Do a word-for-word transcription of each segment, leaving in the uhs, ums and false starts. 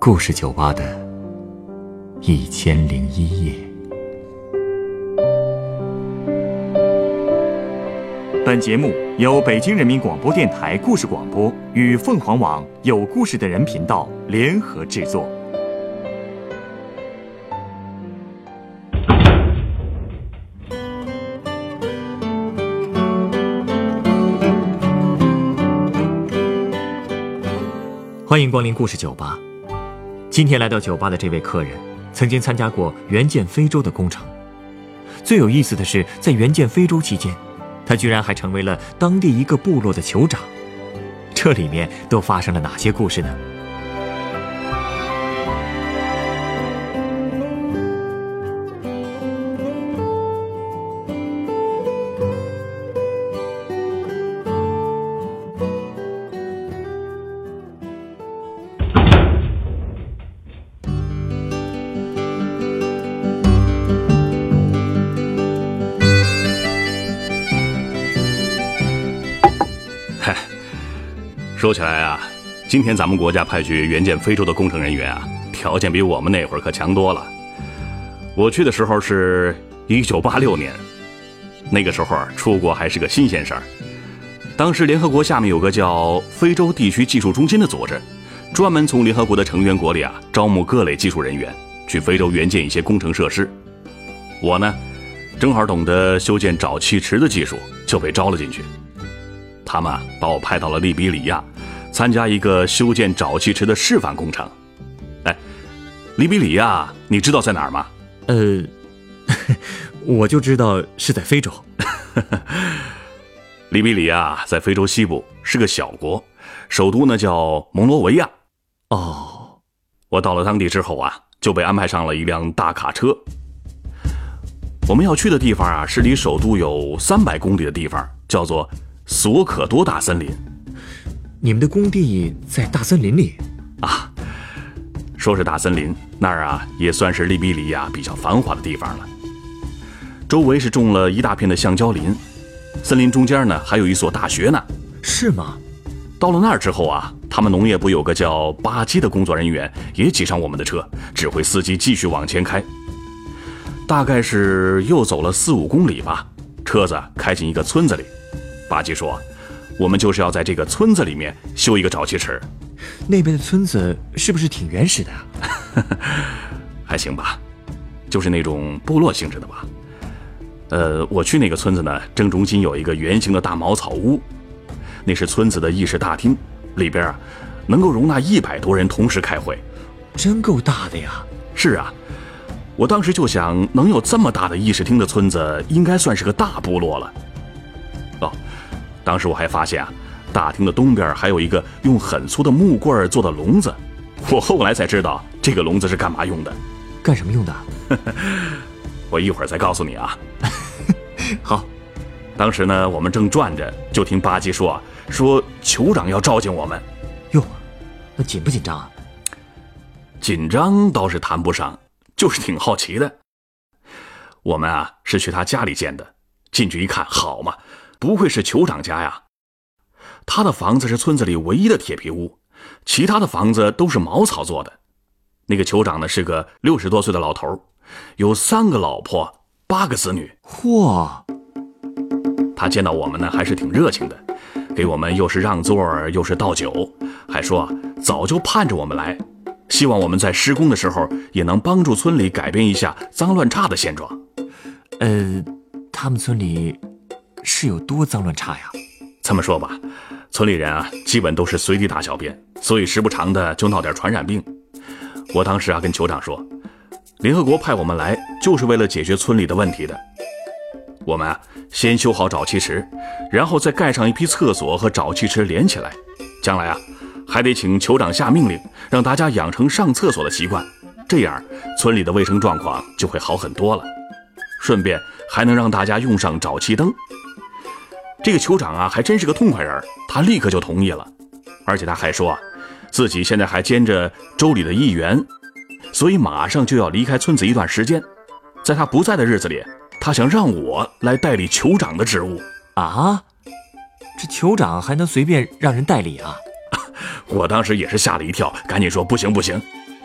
故事酒吧的一千零一夜。 本节目由北京人民广播电台故事广播与凤凰网有故事的人频道联合制作。 欢迎光临故事酒吧。今天来到酒吧的这位客人曾经参加过援建非洲的工程，最有意思的是，在援建非洲期间，他居然还成为了当地一个部落的酋长。这里面都发生了哪些故事呢？ 说起来啊，今天咱们国家派去援建非洲的工程人员啊，条件比我们那会儿可强多了。我去的时候是一九八六年，那个时候出国还是个新鲜事儿。当时联合国下面有个叫非洲地区技术中心的组织，专门从联合国的成员国里啊招募各类技术人员，去非洲援建一些工程设施。我呢，正好懂得修建沼气池的技术，就被招了进去。他们啊把我派到了利比里亚，参加一个修建沼气池的示范工程。哎，利比里亚你知道在哪儿吗？ 呃，我就知道是在非洲。 利比里亚在非洲西部，是个小国，首都呢叫蒙罗维亚。 哦， 我到了当地之后啊，就被安排上了一辆大卡车。我们要去的地方啊，是离首都有三百公里的地方，叫做索可多大森林。 你们的工地在大森林里啊？说是大森林，那儿啊也算是利比里亚比较繁华的地方了。周围是种了一大片的橡胶林，森林中间呢还有一所大学呢。 是吗？ 到了那儿之后啊，他们农业部有个叫巴基的工作人员也挤上我们的车，指挥司机继续往前开。大概是又走了四五公里吧，车子开进一个村子里。巴基说，我们就是要在这个村子里面修一个沼气池。 那边的村子是不是挺原始的啊？ 还行吧，就是那种部落性质的吧。呃，我去那个村子呢，正中心有一个圆形的大茅草屋，那是村子的议事大厅，里边啊能够容纳一百多人同时开会。 真够大的呀！ 是啊，我当时就想，能有这么大的议事厅的村子，应该算是个大部落了。哦，当时我还发现啊，大厅的东边还有一个用很粗的木棍做的笼子，我后来才知道这个笼子是干嘛用的。 干什么用的？ 我一会儿再告诉你啊。 好， 当时呢，我们正转着，就听巴基说啊，说酋长要召见我们。 哟，那紧不紧张啊？ 紧张倒是谈不上，就是挺好奇的。我们啊是去他家里见的，进去一看，好嘛，不愧是酋长家呀。他的房子是村子里唯一的铁皮屋，其他的房子都是茅草做的。那个酋长呢是个六十多岁的老头，有三个老婆，八个子女。 嚯！ 他见到我们呢还是挺热情的，给我们又是让座又是倒酒，还说啊早就盼着我们来，希望我们在施工的时候也能帮助村里改变一下脏乱差的现状。 呃，他们村里是有多脏乱差呀？ 这么说吧，村里人啊基本都是随地大小便，所以时不常的就闹点传染病。我当时啊跟酋长说，联合国派我们来就是为了解决村里的问题的。我们啊先修好沼气池，然后再盖上一批厕所和沼气池连起来，将来啊还得请酋长下命令，让大家养成上厕所的习惯，这样村里的卫生状况就会好很多了，顺便还能让大家用上沼气灯。这个酋长啊还真是个痛快人，他立刻就同意了，而且他还说啊自己现在还兼着州里的议员，所以马上就要离开村子一段时间。在他不在的日子里，他想让我来代理酋长的职务。 啊？这酋长还能随便让人代理啊？ 我当时也是吓了一跳，赶紧说不行不行，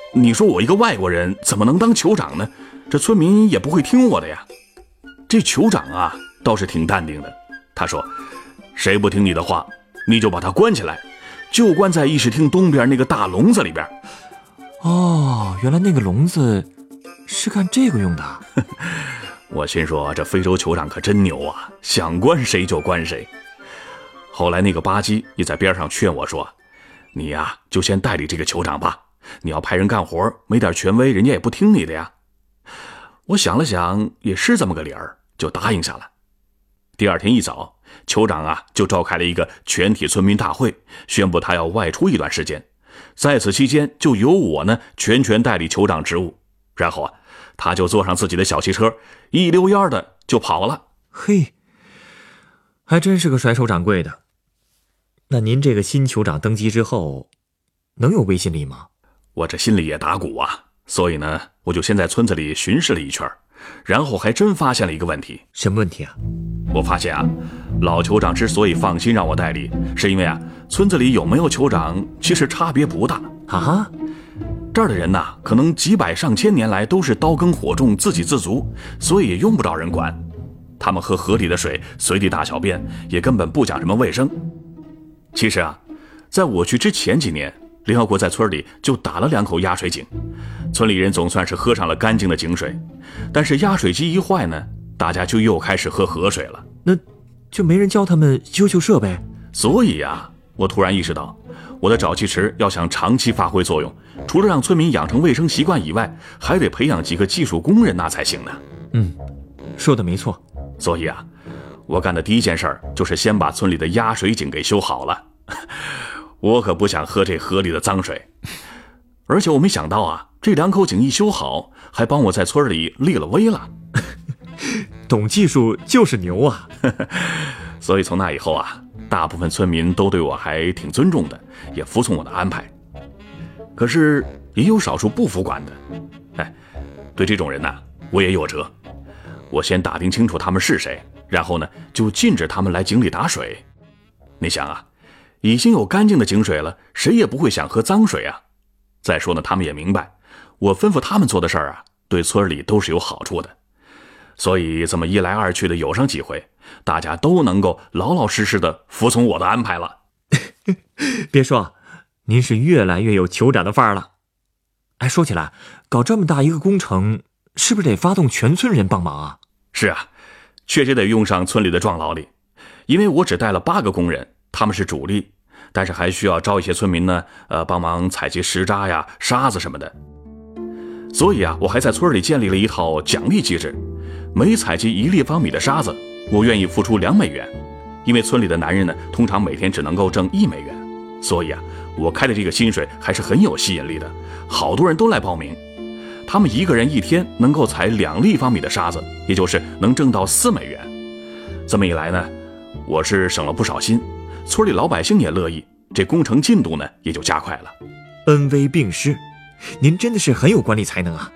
你说我一个外国人怎么能当酋长呢？这村民也不会听我的呀。这酋长啊倒是挺淡定的，他说，谁不听你的话，你就把他关起来，就关在议事厅东边那个大笼子里边。 哦，原来那个笼子是干这个用的。 我心说，这非洲酋长可真牛啊，想关谁就关谁。后来那个巴基也在边上劝我说，你呀就先代理这个酋长吧，你要派人干活，没点权威人家也不听你的呀。我想了想，也是这么个理儿，就答应下了。第二天一早，酋长啊就召开了一个全体村民大会，宣布他要外出一段时间，在此期间就由我呢全权代理酋长职务。然后啊他就坐上自己的小汽车，一溜烟的就跑了。 嘿，还真是个甩手掌柜的。那您这个新酋长登基之后能有威信力吗？ 我这心里也打鼓啊，所以呢我就先在村子里巡视了一圈，然后还真发现了一个问题。 什么问题啊？ 我发现啊，老酋长之所以放心让我代理，是因为啊村子里有没有酋长其实差别不大啊。 这儿的人呐，可能几百上千年来都是刀耕火种，自给自足，所以也用不着人管。他们喝河里的水，随地大小便，也根本不讲什么卫生。其实啊，在我去之前几年，联合国在村里就打了两口压水井，村里人总算是喝上了干净的井水。但是压水机一坏呢，大家就又开始喝河水了。 那就没人教他们修修设备？ 所以啊，我突然意识到，我的沼气池要想长期发挥作用，除了让村民养成卫生习惯以外，还得培养几个技术工人那才行呢。 嗯，说的没错。 所以啊，我干的第一件事就是先把村里的压水井给修好了。我可不想喝这河里的脏水，而且我没想到啊，这两口井一修好，还帮我在村里立了威了。 懂技术就是牛啊！ 所以从那以后啊，大部分村民都对我还挺尊重的，也服从我的安排。可是也有少数不服管的，哎，对这种人呢，我也有辙。我先打听清楚他们是谁，然后呢，就禁止他们来井里打水。你想啊，已经有干净的井水了，谁也不会想喝脏水啊。再说呢，他们也明白，我吩咐他们做的事儿啊，对村里都是有好处的。所以这么一来二去的有上几回，大家都能够老老实实的服从我的安排了。 别说，您是越来越有酋长的范儿了。哎，说起来，搞这么大一个工程，是不是得发动全村人帮忙啊？ 是啊，确实得用上村里的壮劳力。因为我只带了八个工人，他们是主力，但是还需要招一些村民呢，呃，帮忙采集石渣呀、沙子什么的。所以啊，我还在村里建立了一套奖励机制，每采集一立方米的沙子，我愿意付出两美元。因为村里的男人呢，通常每天只能够挣一美元，所以啊，我开的这个薪水还是很有吸引力的，好多人都来报名。他们一个人一天能够采两立方米的沙子，也就是能挣到四美元。这么一来呢，我是省了不少心，村里老百姓也乐意，这工程进度呢也就加快了。 恩威并施，您真的是很有管理才能啊。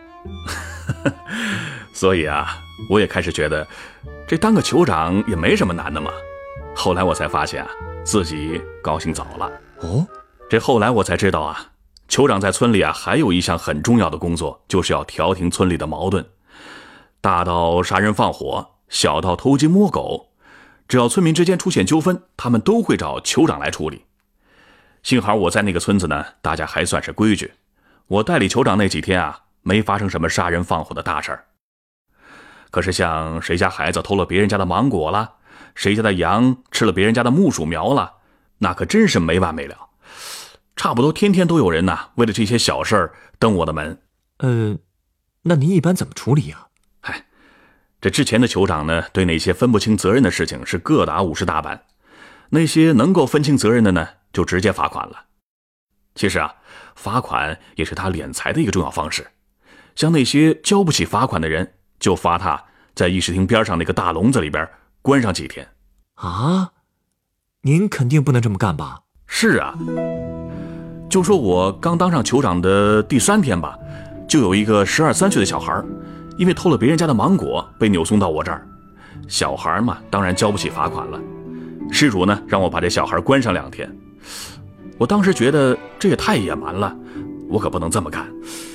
所以啊，我也开始觉得这当个酋长也没什么难的嘛。后来我才发现啊，自己高兴早了。 哦， 这后来我才知道啊，酋长在村里啊还有一项很重要的工作，就是要调停村里的矛盾。大到杀人放火，小到偷鸡摸狗，只要村民之间出现纠纷，他们都会找酋长来处理。幸好我在那个村子呢，大家还算是规矩。我代理酋长那几天啊，没发生什么杀人放火的大事儿。可是像谁家孩子偷了别人家的芒果了，谁家的羊吃了别人家的木薯苗了，那可真是没完没了。差不多天天都有人呐，为了这些小事儿登我的门。 呃，那您一般怎么处理啊？ 嗨，这之前的酋长呢，对那些分不清责任的事情是各打五十大板，那些能够分清责任的呢，就直接罚款了。其实啊，罚款也是他敛财的一个重要方式。像那些交不起罚款的人，就罚他在议事厅边上那个大笼子里边关上几天。 啊？您肯定不能这么干吧？ 是啊，就说我刚当上酋长的第三天吧，就有一个十二三岁的小孩，因为偷了别人家的芒果，被扭送到我这儿。小孩嘛，当然交不起罚款了。事主呢，让我把这小孩关上两天。我当时觉得这也太野蛮了，我可不能这么干。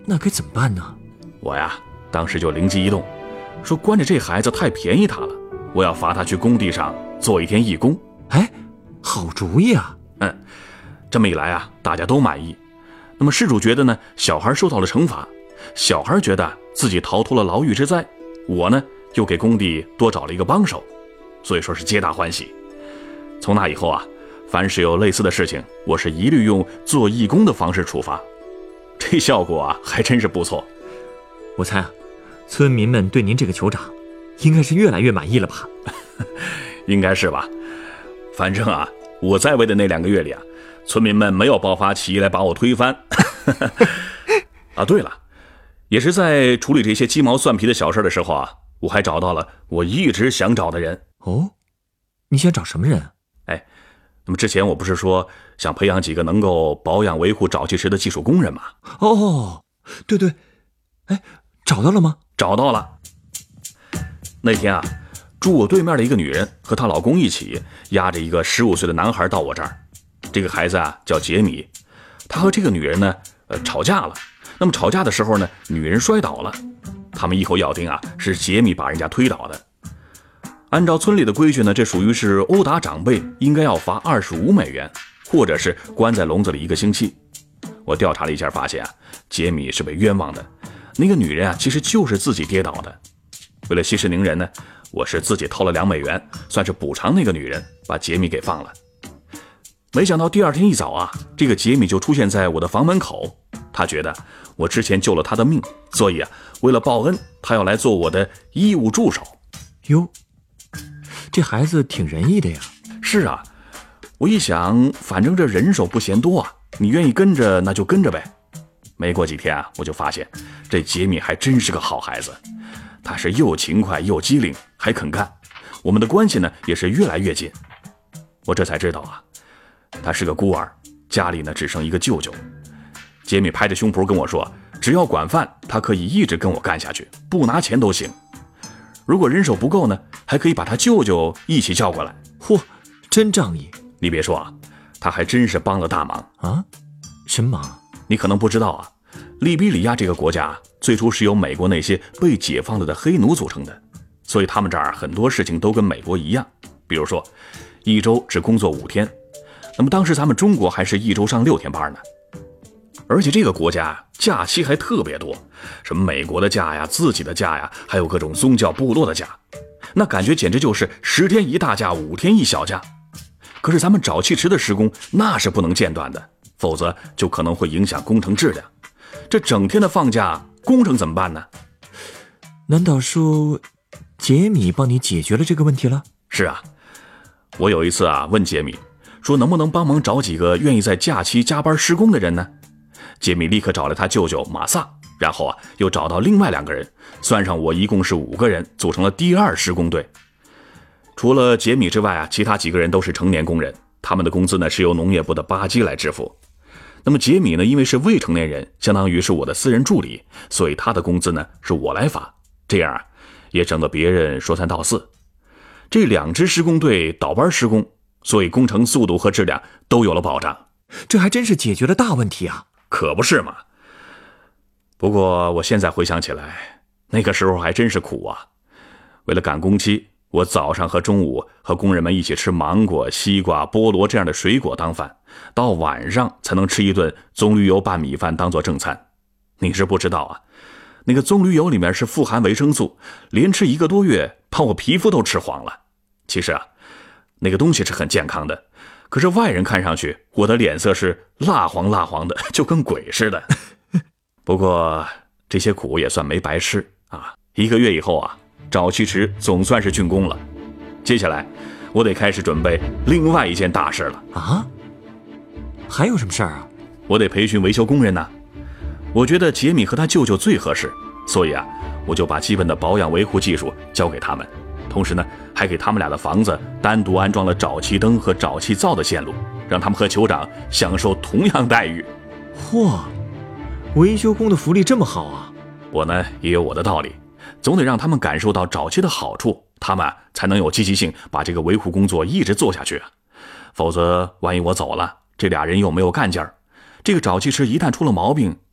那该怎么办呢？ 我呀，当时就灵机一动，说关着这孩子太便宜他了，我要罚他去工地上做一天义工。 哎，好主意啊！ 嗯，这么一来啊，大家都满意。那么事主觉得呢，小孩受到了惩罚；小孩觉得自己逃脱了牢狱之灾，我呢又给工地多找了一个帮手，所以说是皆大欢喜。从那以后啊，凡是有类似的事情，我是一律用做义工的方式处罚，这效果啊还真是不错。 我猜啊，村民们对您这个酋长应该是越来越满意了吧？ 应该是吧。反正啊，我在位的那两个月里啊，村民们没有爆发起义来把我推翻。啊，对了，也是在处理这些鸡毛蒜皮的小事的时候啊，我还找到了我一直想找的人。 哦，你想找什么人？ 哎，那么之前我不是说想培养几个能够保养维护沼气池的技术工人吗？ 哦，对对，哎，找到了吗？ 找到了。那天啊，住我对面的一个女人和她老公一起押着一个十五岁的男孩到我这儿。这个孩子啊叫杰米，他和这个女人呢，呃，吵架了。那么吵架的时候呢，女人摔倒了，他们一口咬定啊是杰米把人家推倒的。按照村里的规矩呢，这属于是殴打长辈，应该要罚二十五美元，或者是关在笼子里一个星期。我调查了一下，发现啊，杰米是被冤枉的，那个女人啊其实就是自己跌倒的。为了息事宁人呢，我是自己掏了两美元，算是补偿那个女人，把杰米给放了。没想到第二天一早啊，这个杰米就出现在我的房门口。他觉得我之前救了他的命，所以啊，为了报恩，他要来做我的医务助手。 哟，这孩子挺仁义的呀。 是啊，我一想，反正这人手不嫌多啊，你愿意跟着那就跟着呗。没过几天啊，我就发现这杰米还真是个好孩子，他是又勤快又机灵，还肯干。我们的关系呢也是越来越近。我这才知道啊，他是个孤儿，家里呢只剩一个舅舅。杰米拍着胸脯跟我说，只要管饭，他可以一直跟我干下去，不拿钱都行。如果人手不够呢，还可以把他舅舅一起叫过来。 嚯，真仗义！ 你别说啊，他还真是帮了大忙啊！什么忙？ 你可能不知道啊，利比里亚这个国家最初是由美国那些被解放了的黑奴组成的，所以他们这儿很多事情都跟美国一样，比如说一周只工作五天，那么当时咱们中国还是一周上六天班呢。而且这个国家假期还特别多，什么美国的假呀，自己的假呀，还有各种宗教部落的假，那感觉简直就是十天一大假，五天一小假。可是咱们沼气池的施工那是不能间断的，否则就可能会影响工程质量。这整天的放假，工程怎么办呢？ 难道说杰米帮你解决了这个问题了？ 是啊，我有一次啊问杰米说能不能帮忙找几个愿意在假期加班施工的人呢？杰米立刻找了他舅舅马萨，然后啊又找到另外两个人，算上我一共是五个人，组成了第二施工队。除了杰米之外啊，其他几个人都是成年工人，他们的工资呢是由农业部的巴基来支付。那么杰米呢，因为是未成年人，相当于是我的私人助理，所以他的工资呢是我来发，这样啊也省得别人说三道四。这两支施工队倒班施工，所以工程速度和质量都有了保障。 这还真是解决了大问题啊！ 可不是嘛。不过我现在回想起来，那个时候还真是苦啊。为了赶工期，我早上和中午和工人们一起吃芒果、西瓜、菠萝这样的水果当饭，到晚上才能吃一顿棕榈油拌米饭当做正餐。你是不知道啊，那个棕榈油里面是富含维生素，连吃一个多月把我皮肤都吃黄了。其实啊，那个东西是很健康的，可是外人看上去我的脸色是蜡黄蜡黄的，就跟鬼似的。不过这些苦也算没白吃啊！一个月以后啊，沼气池总算是竣工了。接下来我得开始准备另外一件大事了啊！还有什么事儿啊？ 我得培训维修工人呢。我觉得杰米和他舅舅最合适，所以啊，我就把基本的保养维护技术交给他们，同时呢，还给他们俩的房子单独安装了沼气灯和沼气灶的线路，让他们和酋长享受同样待遇。 嚯，维修工的福利这么好啊！ 我呢也有我的道理，总得让他们感受到沼气的好处，他们才能有积极性把这个维护工作一直做下去啊。否则万一我走了，这俩人又没有干劲儿，这个沼气池一旦出了毛病，不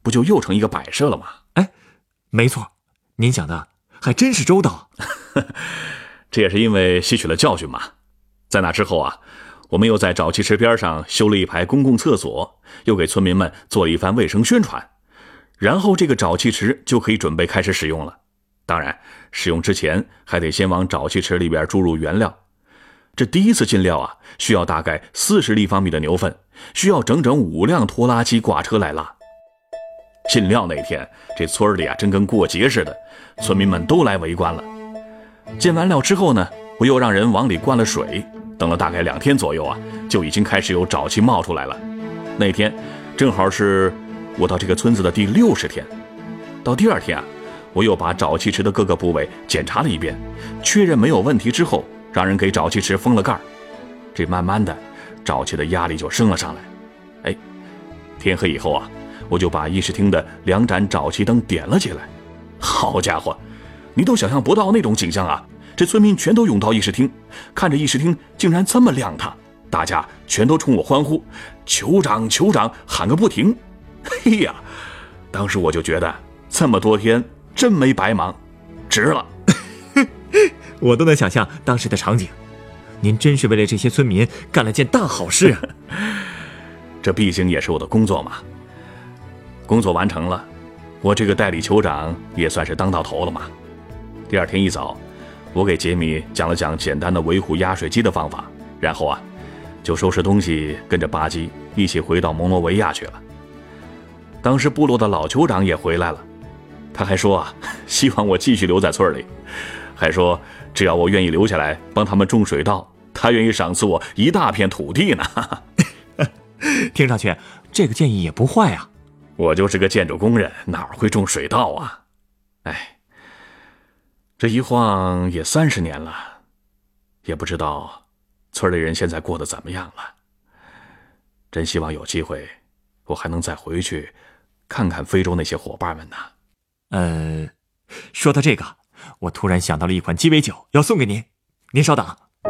不就又成一个摆设了吗？ 哎，没错，您想的还真是周到。 这也是因为吸取了教训嘛。在那之后啊，我们又在沼气池边上修了一排公共厕所，又给村民们做了一番卫生宣传，然后这个沼气池就可以准备开始使用了。当然，使用之前还得先往沼气池里边注入原料。这第一次进料啊，需要大概四十立方米的牛粪，需要整整五辆拖拉机挂车来拉。进料那天，这村里啊真跟过节似的，村民们都来围观了。进完料之后呢，我又让人往里灌了水，等了大概两天左右啊，就已经开始有沼气冒出来了。那天正好是我到这个村子的第六十天。到第二天啊，我又把沼气池的各个部位检查了一遍，确认没有问题之后，让人给沼气池封了盖。这慢慢的，沼气的压力就升了上来。哎，天黑以后啊，我就把议事厅的两盏沼气灯点了起来。好家伙，你都想象不到那种景象啊！这村民全都涌到议事厅，看着议事厅竟然这么亮堂，大家全都冲我欢呼，酋长酋长喊个不停。嘿呀，当时我就觉得这么多天真没白忙，值了。 我都能想象当时的场景，您真是为了这些村民干了件大好事啊！ 这毕竟也是我的工作嘛。工作完成了，我这个代理酋长也算是当到头了嘛。第二天一早，我给杰米讲了讲简单的维护压水机的方法，然后啊，就收拾东西跟着巴基一起回到蒙罗维亚去了。当时部落的老酋长也回来了，他还说啊，希望我继续留在村里，还说只要我愿意留下来帮他们种水稻，他愿意赏赐我一大片土地呢。 听上去这个建议也不坏啊。 我就是个建筑工人，哪会种水稻啊？哎，这一晃也三十年了，也不知道村里人现在过得怎么样了。真希望有机会我还能再回去看看非洲那些伙伴们呢。 呃，说到这个，我突然想到了一款鸡尾酒要送给您，您稍等。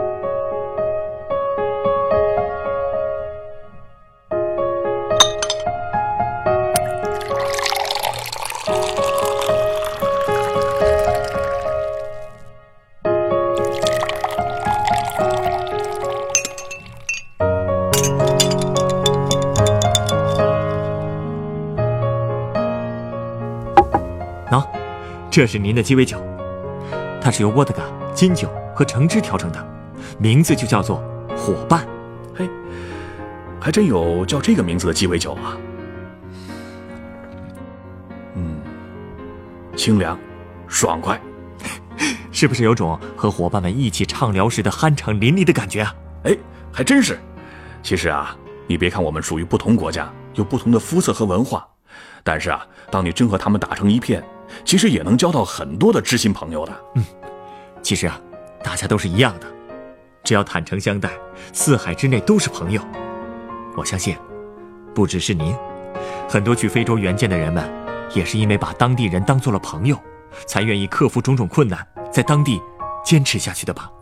喏，这是您的鸡尾酒，它是由沃德嘎、金酒和橙汁调成的，名字就叫做伙伴。 嘿，还真有叫这个名字的鸡尾酒啊。嗯，清凉，爽快， 是不是有种和伙伴们一起畅聊时的酣畅淋漓的感觉啊？ 哎，还真是。其实啊，你别看我们属于不同国家，有不同的肤色和文化，但是啊，当你真和他们打成一片，其实也能交到很多的知心朋友的。 嗯，其实啊，大家都是一样的，只要坦诚相待，四海之内都是朋友。我相信，不只是您，很多去非洲援建的人们，也是因为把当地人当作了朋友，才愿意克服种种困难，在当地坚持下去的吧。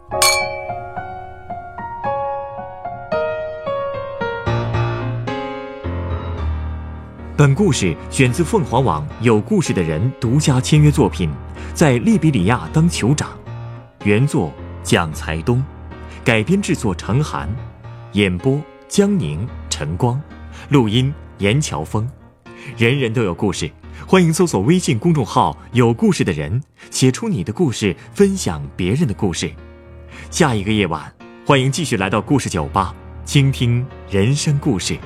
本故事选自凤凰网有故事的人独家签约作品，在利比里亚当酋长，原作蒋才东，改编制作程涵，演播江宁、陈光，录音严乔峰。人人都有故事，欢迎搜索微信公众号有故事的人，写出你的故事，分享别人的故事。下一个夜晚，欢迎继续来到故事酒吧，倾听人生故事。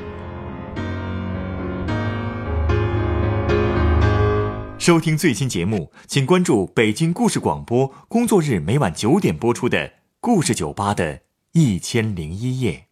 收听最新节目，请关注北京故事广播，工作日每晚九点播出的《故事酒吧》的一千零一夜。